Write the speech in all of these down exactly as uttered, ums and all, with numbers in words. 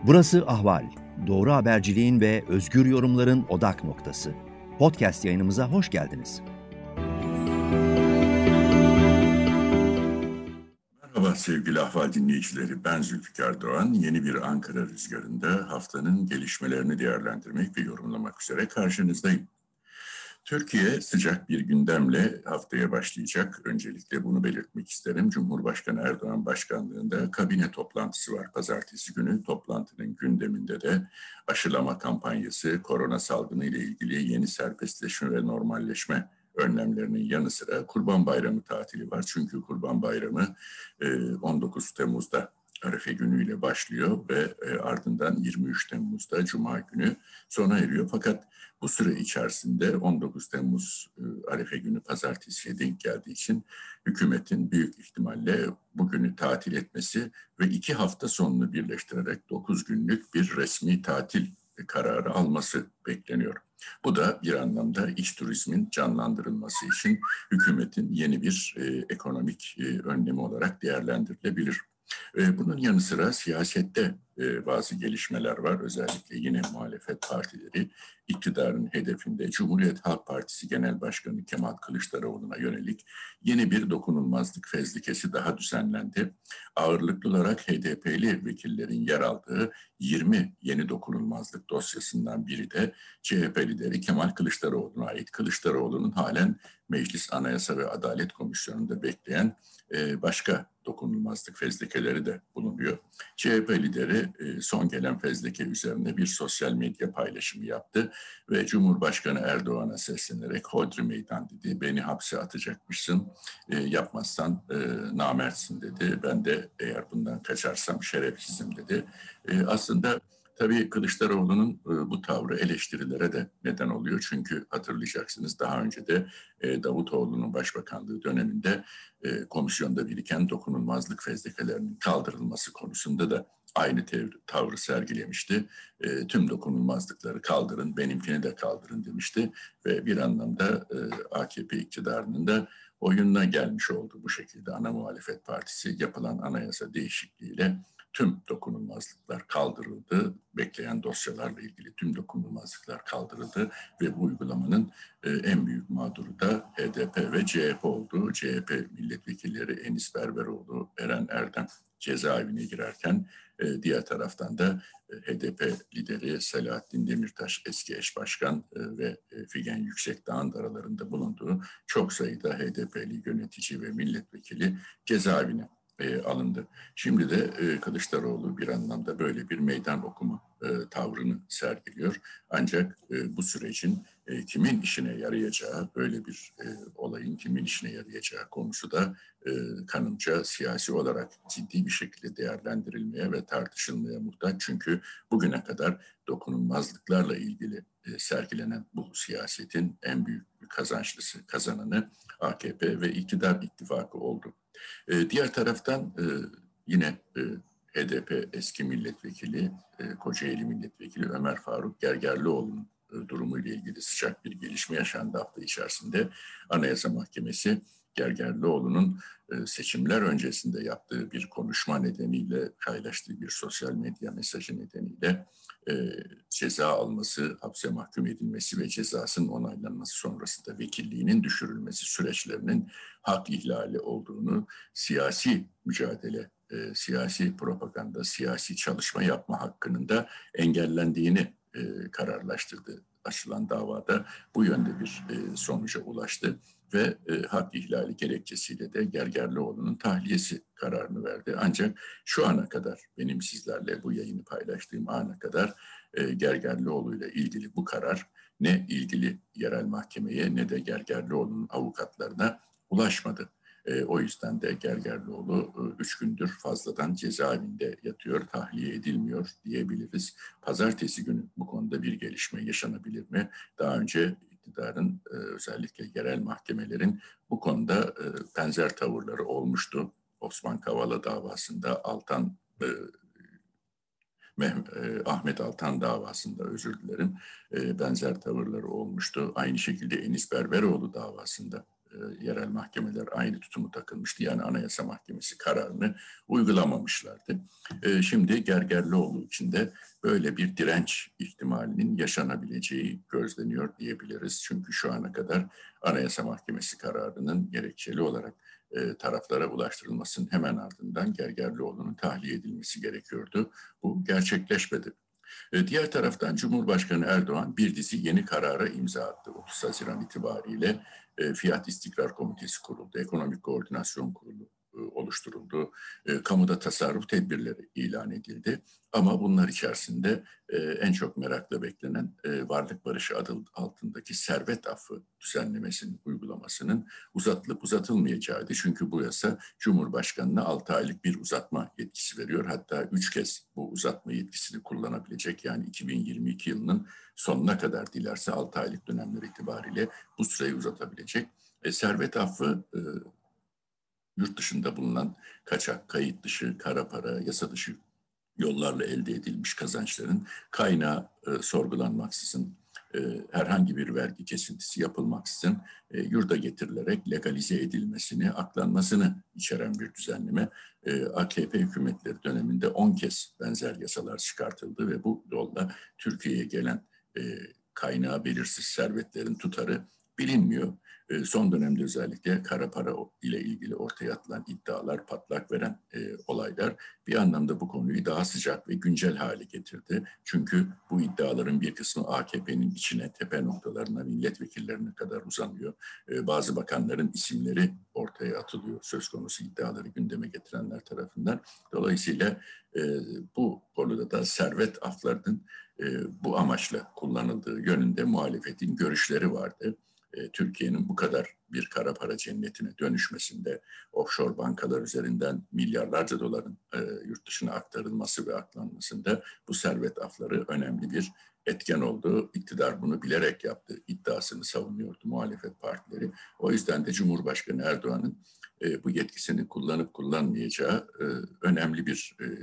Burası Ahval. Doğru haberciliğin ve özgür yorumların odak noktası. Podcast yayınımıza hoş geldiniz. Merhaba sevgili Ahval dinleyicileri. Ben Zülfikar Doğan. Yeni bir Ankara Rüzgarı'nda haftanın gelişmelerini değerlendirmek ve yorumlamak üzere karşınızdayım. Türkiye sıcak bir gündemle haftaya başlayacak. Öncelikle bunu belirtmek isterim. Cumhurbaşkanı Erdoğan başkanlığında kabine toplantısı var pazartesi günü. Toplantının gündeminde de aşılama kampanyası, korona salgını ile ilgili yeni serbestleşme ve normalleşme önlemlerinin yanı sıra Kurban Bayramı tatili var. Çünkü Kurban Bayramı on dokuz Temmuz'da Arefe günüyle başlıyor ve ardından yirmi üç Temmuz'da Cuma günü sona eriyor. Fakat bu süre içerisinde on dokuz Temmuz Arefe günü pazartesiye denk geldiği için hükümetin büyük ihtimalle bugünü tatil etmesi ve iki hafta sonunu birleştirerek dokuz günlük bir resmi tatil kararı alması bekleniyor. Bu da bir anlamda iç turizmin canlandırılması için hükümetin yeni bir e, ekonomik e, önlemi olarak değerlendirilebilir. E, bunun yanı sıra siyasette e, bazı gelişmeler var. Özellikle yine muhalefet partileri iktidarın hedefinde Cumhuriyet Halk Partisi Genel Başkanı Kemal Kılıçdaroğlu'na yönelik yeni bir dokunulmazlık fezlekesi daha düzenlendi. Ağırlıklı olarak H D P'li vekillerin yer aldığı yirmi yeni dokunulmazlık dosyasından biri de C H P lideri Kemal Kılıçdaroğlu'na ait. Kılıçdaroğlu'nun halen Meclis Anayasa ve Adalet Komisyonu'nda bekleyen e, başka dokunulmazlık fezlekeleri de bulunuyor. C H P lideri son gelen fezleke üzerine bir sosyal medya paylaşımı yaptı ve Cumhurbaşkanı Erdoğan'a seslenerek hodri meydan dedi. Beni hapse atacakmışsın, e, yapmazsan e, namertsin dedi. Ben de eğer bundan kaçarsam şerefsizim dedi. E, aslında tabii Kılıçdaroğlu'nun bu tavrı eleştirilere de neden oluyor. Çünkü hatırlayacaksınız daha önce de Davutoğlu'nun başbakanlığı döneminde komisyonda biriken dokunulmazlık fezlekelerinin kaldırılması konusunda da aynı tavrı sergilemişti. Tüm dokunulmazlıkları kaldırın, benimkini de kaldırın demişti. Ve bir anlamda A K P iktidarının da oyununa gelmiş oldu bu şekilde. Ana muhalefet partisi yapılan anayasa değişikliğiyle tüm dokunulmazlıklar kaldırıldı. Bekleyen dosyalarla ilgili tüm dokunulmazlıklar kaldırıldı ve bu uygulamanın e, en büyük mağduru da H D P ve C H P oldu. C H P milletvekilleri Enis Berberoğlu, Eren Erdem cezaevine girerken e, diğer taraftan da e, H D P lideri Selahattin Demirtaş, eski eş başkan e, ve e, Figen Yüksekdağ'ın da aralarında bulunduğu çok sayıda H D P'li yönetici ve milletvekili cezaevine E, alındı. Şimdi de e, Kılıçdaroğlu bir anlamda böyle bir meydan okuma e, tavrını sergiliyor. Ancak e, bu sürecin e, kimin işine yarayacağı, böyle bir e, olayın kimin işine yarayacağı konusu da e, kanımca siyasi olarak ciddi bir şekilde değerlendirilmeye ve tartışılmaya muhtaç. Çünkü bugüne kadar dokunulmazlıklarla ilgili e, sergilenen bu siyasetin en büyük kazançlısı, kazananı A K P ve iktidar ittifakı oldu. E, diğer taraftan e, yine e, H D P eski milletvekili, e, Kocaeli milletvekili Ömer Faruk Gergerlioğlu'nun e, durumuyla ilgili sıcak bir gelişme yaşandı hafta içerisinde. Anayasa Mahkemesi Gergerlioğlu'nun e, seçimler öncesinde yaptığı bir konuşma nedeniyle, paylaştığı bir sosyal medya mesajı nedeniyle e, ceza alması, hapse mahkum edilmesi ve cezasının onaylanması sonrasında vekilliğinin düşürülmesi süreçlerinin hak ihlali olduğunu, siyasi mücadele, e, siyasi propaganda, siyasi çalışma yapma hakkının da engellendiğini e, kararlaştırdı. Açılan davada bu yönde bir e, sonuca ulaştı ve e, hak ihlali gerekçesiyle de Gergerlioğlu'nun tahliyesi kararını verdi. Ancak şu ana kadar, benim sizlerle bu yayını paylaştığım ana kadar e, Gergerlioğlu ile ilgili bu karar ne ilgili yerel mahkemeye ne de Gergerlioğlu'nun avukatlarına ulaşmadı. E, o yüzden de Gergerlioğlu e, üç gündür fazladan cezaevinde yatıyor, tahliye edilmiyor diyebiliriz. Pazartesi günü bu konuda bir gelişme yaşanabilir mi? Daha önce iktidarın e, özellikle yerel mahkemelerin bu konuda e, benzer tavırları olmuştu. Osman Kavala davasında Altan e, Ahmet Altan davasında özür dilerim benzer tavırları olmuştu. Aynı şekilde Enis Berberoğlu davasında e, yerel mahkemeler aynı tutumu takılmıştı. Yani Anayasa Mahkemesi kararını uygulamamışlardı. E, şimdi Gergerlioğlu için de böyle bir direnç ihtimalinin yaşanabileceği gözleniyor diyebiliriz. Çünkü şu ana kadar Anayasa Mahkemesi kararının gerekçeli olarak e, taraflara ulaştırılmasının hemen ardından Gergerlioğlu'nun tahliye edilmesi gerekiyordu. Bu gerçekleşmedi. E, diğer taraftan Cumhurbaşkanı Erdoğan bir dizi yeni karara imza attı. otuz Haziran itibariyle e, Fiyat İstikrar Komitesi kuruldu, Ekonomik Koordinasyon Kurulu e, oluşturuldu, e, kamuda tasarruf tedbirleri ilan edildi. Ama bunlar içerisinde e, en çok merakla beklenen e, varlık barışı adı altındaki servet affı düzenlemesinin uygulamasının uzatılıp uzatılmayacağıydı. Çünkü bu yasa Cumhurbaşkanı'na altı aylık bir uzatma yetkisi veriyor. Hatta üç kez bu uzatma yetkisini kullanabilecek. Yani iki bin yirmi iki yılının sonuna kadar dilerse altı aylık dönemler itibariyle bu süreyi uzatabilecek. E, servet affı e, yurt dışında bulunan kaçak, kayıt dışı, kara para, yasa dışı yollarla elde edilmiş kazançların kaynağı e, sorgulanmaksızın, e, herhangi bir vergi kesintisi yapılmaksızın e, yurda getirilerek legalize edilmesini, aklanmasını içeren bir düzenleme. E, A K P hükümetleri döneminde on kez benzer yasalar çıkartıldı ve bu yolla Türkiye'ye gelen e, kaynağı belirsiz servetlerin tutarı bilinmiyor. E, son dönemde özellikle kara para ile ilgili ortaya atılan iddialar, patlak veren e, olaylar bir anlamda bu konuyu daha sıcak ve güncel hale getirdi. Çünkü bu iddiaların bir kısmı A K P'nin içine, tepe noktalarına, milletvekillerine kadar uzanıyor. Ee, bazı bakanların isimleri ortaya atılıyor söz konusu iddiaları gündeme getirenler tarafından. Dolayısıyla e, bu konuda da servet aflarının e, bu amaçla kullanıldığı yönünde muhalefetin görüşleri vardı. Türkiye'nin bu kadar bir kara para cennetine dönüşmesinde, offshore bankalar üzerinden milyarlarca doların e, yurt dışına aktarılması ve aklanmasında bu servet afları önemli bir etken oldu. İktidar bunu bilerek yaptı iddiasını savunuyordu muhalefet partileri. O yüzden de Cumhurbaşkanı Erdoğan'ın e, bu yetkisini kullanıp kullanmayacağı e, önemli bir e,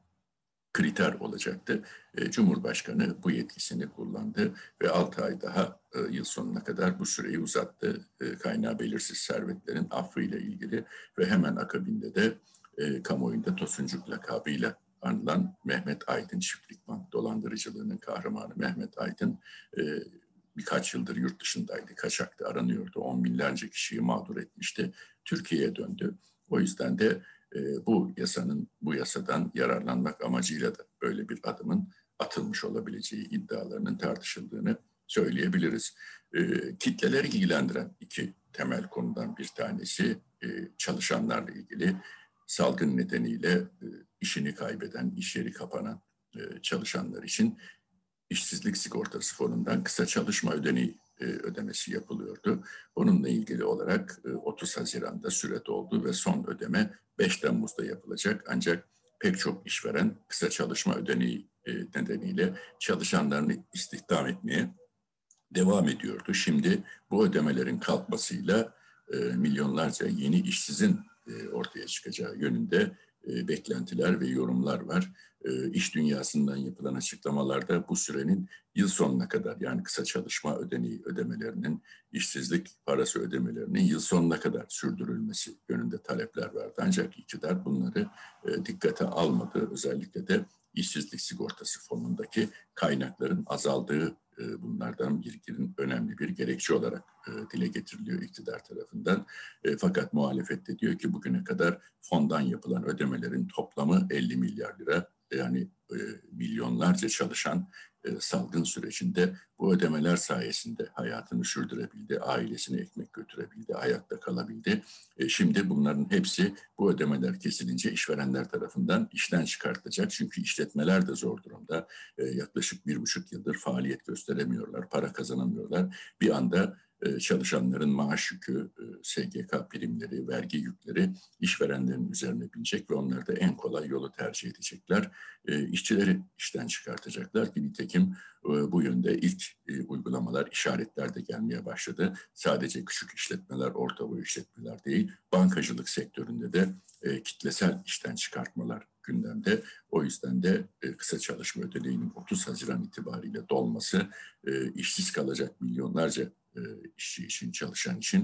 kriter olacaktı. E, Cumhurbaşkanı bu yetkisini kullandı ve altı ay daha e, yıl sonuna kadar bu süreyi uzattı. E, kaynağı belirsiz servetlerin affıyla ilgili ve hemen akabinde de e, kamuoyunda Tosuncuk lakabıyla anılan Mehmet Aydın, Çiftlik Bank dolandırıcılığının kahramanı Mehmet Aydın e, birkaç yıldır yurt dışındaydı, kaçaktı, aranıyordu. On binlerce kişiyi mağdur etmişti. Türkiye'ye döndü. O yüzden de e, bu yasanın, bu yasadan yararlanmak amacıyla da böyle bir adımın atılmış olabileceği iddialarının tartışıldığını söyleyebiliriz. E, kitleleri ilgilendiren iki temel konudan bir tanesi e, çalışanlarla ilgili salgın nedeniyle e, işini kaybeden, iş yeri kapanan e, çalışanlar için işsizlik sigortası fonundan kısa çalışma ödeneği e, ödemesi yapılıyordu. Bununla ilgili olarak e, otuz Haziran'da süre doldu ve son ödeme beş Temmuz'da yapılacak. Ancak pek çok işveren kısa çalışma ödeneği e, nedeniyle çalışanlarını istihdam etmeye devam ediyordu. Şimdi bu ödemelerin kalkmasıyla e, milyonlarca yeni işsizin e, ortaya çıkacağı yönünde e, beklentiler ve yorumlar var. E, iş dünyasından yapılan açıklamalarda bu sürenin yıl sonuna kadar, yani kısa çalışma ödeneği ödemelerinin, işsizlik parası ödemelerinin yıl sonuna kadar sürdürülmesi yönünde talepler vardı. Ancak iktidar bunları e, dikkate almadı. Özellikle de işsizlik sigortası fonundaki kaynakların azaldığı e, bunlardan birinin önemli bir gerekçe olarak e, dile getiriliyor iktidar tarafından. E, fakat muhalefet de diyor ki bugüne kadar fondan yapılan ödemelerin toplamı elli milyar lira. Yani e, milyonlarca çalışan e, salgın sürecinde bu ödemeler sayesinde hayatını sürdürebildi, ailesine ekmek götürebildi, ayakta kalabildi. E, şimdi bunların hepsi bu ödemeler kesilince işverenler tarafından işten çıkartılacak. Çünkü işletmeler de zor durumda. E, yaklaşık bir buçuk yıldır faaliyet gösteremiyorlar, para kazanamıyorlar. Bir anda e, çalışanların maaş yükü, e, S G K primleri, vergi yükleri işverenlerin üzerine binecek ve onlar da en kolay yolu tercih edecekler. E, işçileri işten çıkartacaklar ki nitekim e, bu yönde ilk e, uygulamalar, işaretler de gelmeye başladı. Sadece küçük işletmeler, orta boy işletmeler değil, bankacılık sektöründe de e, kitlesel işten çıkartmalar gündemde. O yüzden de e, kısa çalışma ödeneğinin otuz Haziran itibariyle dolması e, işsiz kalacak milyonlarca e, işçi için, çalışan için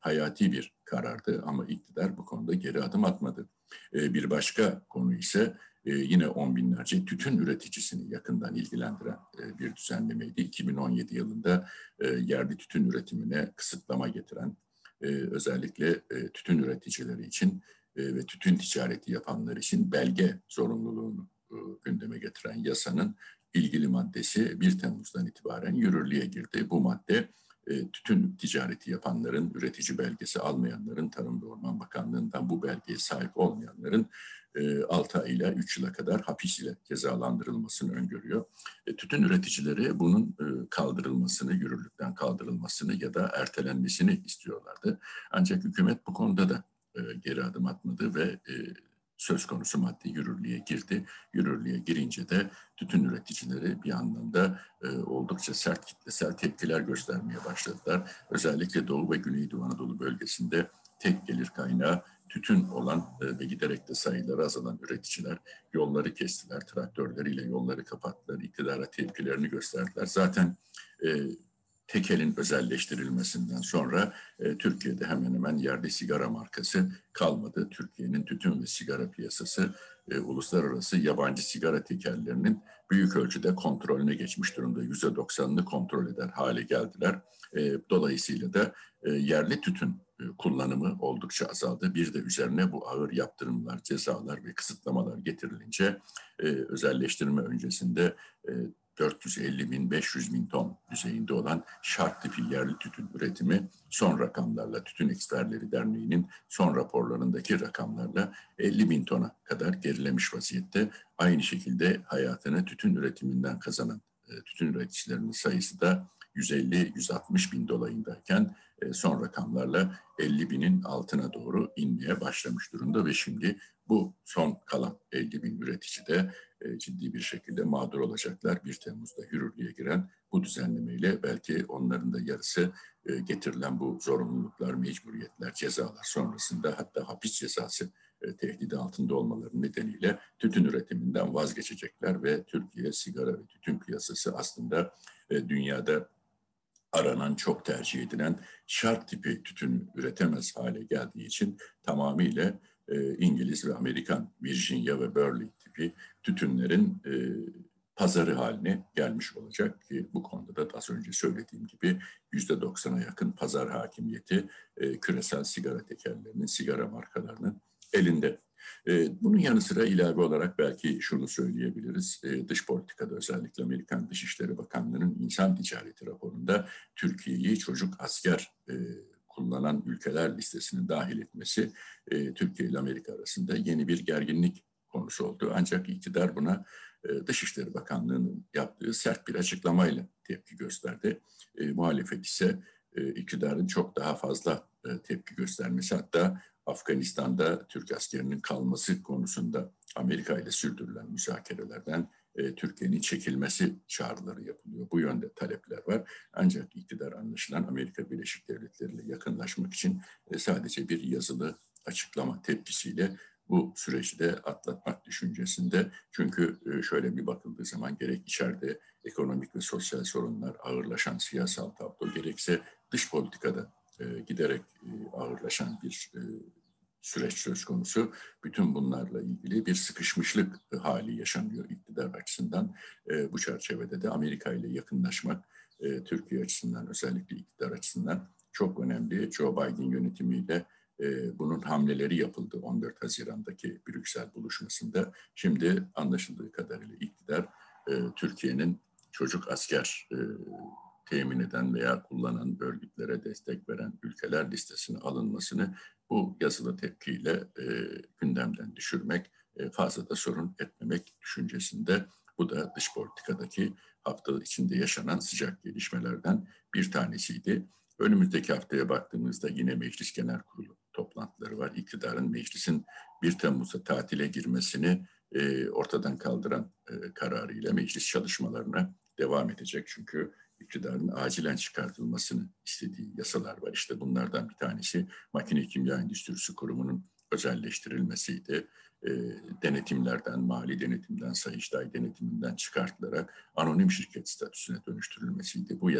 hayati bir karardı ama iktidar bu konuda geri adım atmadı. E, bir başka konu ise e, yine on binlerce tütün üreticisini yakından ilgilendiren e, bir düzenlemeydi. iki bin on yedi yılında e, yerli tütün üretimine kısıtlama getiren, e, özellikle e, tütün üreticileri için e, ve tütün ticareti yapanlar için belge zorunluluğunu e, gündeme getiren yasanın ilgili maddesi bir Temmuz'dan itibaren yürürlüğe girdi. Bu madde e, tütün ticareti yapanların, üretici belgesi almayanların, Tarım ve Orman Bakanlığı'ndan bu belgeye sahip olmayanların e, altı ay ile üç yıla kadar hapis ile cezalandırılmasını öngörüyor. E, tütün üreticileri bunun e, kaldırılmasını, yürürlükten kaldırılmasını ya da ertelenmesini istiyorlardı. Ancak hükümet bu konuda da e, geri adım atmadı ve e, söz konusu madde yürürlüğe girdi. Yürürlüğe girince de tütün üreticileri bir anlamda e, oldukça sert kitlesel tepkiler göstermeye başladılar. Özellikle Doğu ve Güneydoğu Anadolu bölgesinde tek gelir kaynağı tütün olan e, ve giderek de sayıları azalan üreticiler yolları kestiler, traktörleriyle yolları kapattılar, iktidara tepkilerini gösterdiler. Zaten e, tekelin özelleştirilmesinden sonra e, Türkiye'de hemen hemen yerli sigara markası kalmadı. Türkiye'nin tütün ve sigara piyasası e, uluslararası yabancı sigara tekellerinin büyük ölçüde kontrolüne geçmiş durumda. yüzde doksanını kontrol eder hale geldiler. E, dolayısıyla da e, yerli tütün e, kullanımı oldukça azaldı. Bir de üzerine bu ağır yaptırımlar, cezalar ve kısıtlamalar getirilince e, özelleştirme öncesinde e, dört yüz elli bin, beş yüz bin ton düzeyinde olan şart tipi yerli tütün üretimi son rakamlarla, Tütün Eksperleri Derneği'nin son raporlarındaki rakamlarla elli bin tona kadar gerilemiş vaziyette. Aynı şekilde hayatını tütün üretiminden kazanan e, tütün üreticilerinin sayısı da yüz elli yüz altmış bin dolayındayken e, son rakamlarla elli binin altına doğru inmeye başlamış durumda ve şimdi bu son kalan elli bin üretici de e, ciddi bir şekilde mağdur olacaklar. bir Temmuz'da yürürlüğe giren bu düzenlemeyle belki onların da yarısı e, getirilen bu zorunluluklar, mecburiyetler, cezalar sonrasında hatta hapis cezası e, tehdidi altında olmaları nedeniyle tütün üretiminden vazgeçecekler ve Türkiye sigara ve tütün piyasası aslında e, dünyada aranan, çok tercih edilen şark tipi tütün üretemez hale geldiği için tamamıyla e, İngiliz ve Amerikan Virginia ve Burley tipi tütünlerin e, pazarı haline gelmiş olacak ki bu konuda da az önce söylediğim gibi yüzde doksana yakın pazar hakimiyeti e, küresel sigara tekellerinin, sigara markalarının elinde. Bunun yanı sıra ilave olarak belki şunu söyleyebiliriz. Dış politikada özellikle Amerikan Dışişleri Bakanlığı'nın insan ticareti raporunda Türkiye'yi çocuk asker kullanan ülkeler listesine dahil etmesi Türkiye ile Amerika arasında yeni bir gerginlik konusu oldu. Ancak iktidar buna Dışişleri Bakanlığı'nın yaptığı sert bir açıklamayla tepki gösterdi. Muhalefet ise iktidarın çok daha fazla tepki göstermesi, hatta Afganistan'da Türk askerinin kalması konusunda Amerika ile sürdürülen müzakerelerden e, Türkiye'nin çekilmesi çağrıları yapılıyor. Bu yönde talepler var. Ancak iktidar anlaşılan Amerika Birleşik Devletleri ile yakınlaşmak için e, sadece bir yazılı açıklama tepkisiyle bu süreci de atlatmak düşüncesinde. Çünkü e, şöyle bir bakıldığı zaman gerek içeride ekonomik ve sosyal sorunlar, ağırlaşan siyasal tablo, gerekse dış politikada e, giderek e, ağırlaşan bir e, süreç söz konusu. Bütün bunlarla ilgili bir sıkışmışlık hali yaşanıyor iktidar açısından. E, bu çerçevede de Amerika ile yakınlaşmak e, Türkiye açısından, özellikle iktidar açısından çok önemli. Joe Biden yönetimiyle e, bunun hamleleri yapıldı on dört Haziran'daki Brüksel buluşmasında. Şimdi anlaşıldığı kadarıyla iktidar e, Türkiye'nin çocuk asker e, temin eden veya kullanan örgütlere destek veren ülkeler listesine alınmasını bu yazılı tepkiyle e, gündemden düşürmek, e, fazla da sorun etmemek düşüncesinde. Bu da dış politikadaki hafta içinde yaşanan sıcak gelişmelerden bir tanesiydi. Önümüzdeki haftaya baktığımızda yine Meclis Genel Kurulu toplantıları var. İktidarın meclisin bir Temmuz'da tatile girmesini e, ortadan kaldıran e, kararıyla meclis çalışmalarına devam edecek. Çünkü iktidarın acilen çıkartılmasını istediği yasalar var. İşte bunlardan bir tanesi Makine Kimya Endüstrisi Kurumu'nun özelleştirilmesiydi. E, denetimlerden, mali denetimden, Sayıştay denetiminden çıkartılarak anonim şirket statüsüne dönüştürülmesiydi. Bu yasa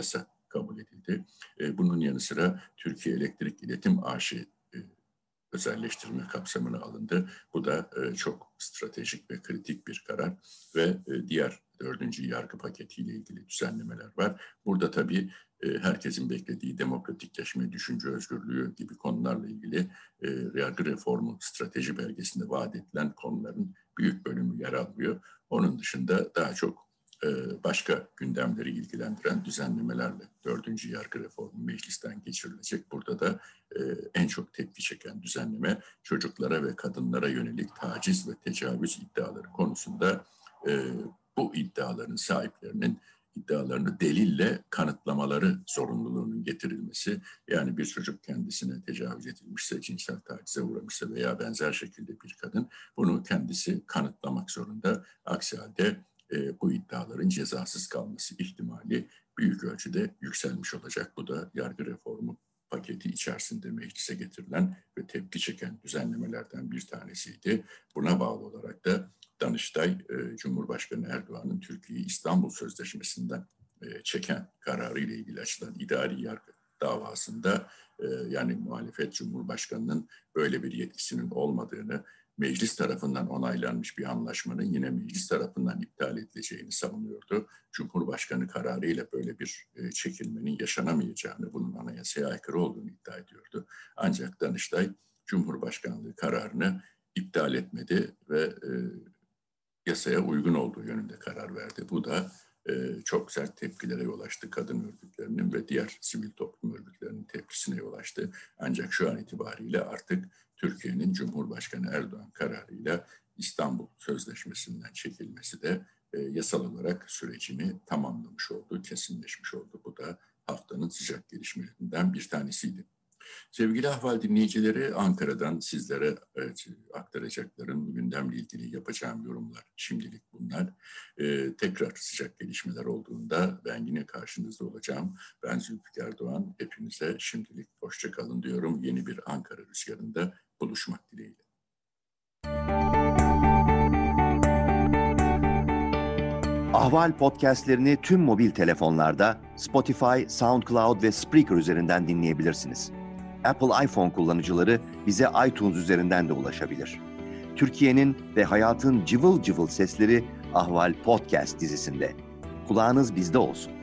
kabul edildi. Bunun yanı sıra Türkiye Elektrik İletim A Ş özelleştirme kapsamına alındı. Bu da çok stratejik ve kritik bir karar ve diğer dördüncü yargı paketiyle ilgili düzenlemeler var. Burada tabii herkesin beklediği demokratikleşme, düşünce özgürlüğü gibi konularla ilgili yargı reformu strateji belgesinde vaat edilen konuların büyük bölümü yer alıyor. Onun dışında daha çok başka gündemleri ilgilendiren düzenlemelerle dördüncü yargı reformu meclisten geçirilecek. Burada da en çok tepki çeken düzenleme çocuklara ve kadınlara yönelik taciz ve tecavüz iddiaları konusunda bu iddiaların sahiplerinin iddialarını delille kanıtlamaları zorunluluğunun getirilmesi. Yani bir çocuk kendisine tecavüz edilmişse, cinsel tacize uğramışsa veya benzer şekilde bir kadın bunu kendisi kanıtlamak zorunda. Aksi halde e, bu iddiaların cezasız kalması ihtimali büyük ölçüde yükselmiş olacak. Bu da yargı reformu paketi içerisinde meclise getirilen ve tepki çeken düzenlemelerden bir tanesiydi. Buna bağlı olarak da Danıştay, Cumhurbaşkanı Erdoğan'ın Türkiye'yi İstanbul Sözleşmesi'nden çeken kararı ile ilgili açılan idari yargı davasında yani muhalefet Cumhurbaşkanı'nın böyle bir yetkisinin olmadığını, meclis tarafından onaylanmış bir anlaşmanın yine meclis tarafından iptal edileceğini savunuyordu. Cumhurbaşkanı kararıyla böyle bir çekilmenin yaşanamayacağını, bunun anayasaya aykırı olduğunu iddia ediyordu. Ancak Danıştay Cumhurbaşkanlığı kararını iptal etmedi ve e, yasaya uygun olduğu yönünde karar verdi. Bu da e, çok sert tepkilere yol açtı. Kadın örgütlerinin ve diğer sivil toplum örgütlerinin tepkisine yol açtı. Ancak şu an itibariyle artık Türkiye'nin Cumhurbaşkanı Erdoğan kararıyla İstanbul Sözleşmesi'nden çekilmesi de e, yasal olarak sürecini tamamlamış oldu, kesinleşmiş oldu. Bu da haftanın sıcak gelişmelerinden bir tanesiydi. Sevgili Ahval dinleyicileri, Ankara'dan sizlere evet, aktaracaklarım, gündemle ilgili yapacağım yorumlar şimdilik bunlar. Ee, tekrar sıcak gelişmeler olduğunda ben yine karşınızda olacağım. Ben Zülfikar Doğan, hepinize şimdilik hoşça kalın diyorum. Yeni bir Ankara Rüzgarı'nda buluşmak dileğiyle. Ahval podcastlerini tüm mobil telefonlarda Spotify, SoundCloud ve Spreaker üzerinden dinleyebilirsiniz. Apple iPhone kullanıcıları bize iTunes üzerinden de ulaşabilir. Türkiye'nin ve hayatın cıvıl cıvıl sesleri Ahval Podcast dizisinde. Kulağınız bizde olsun.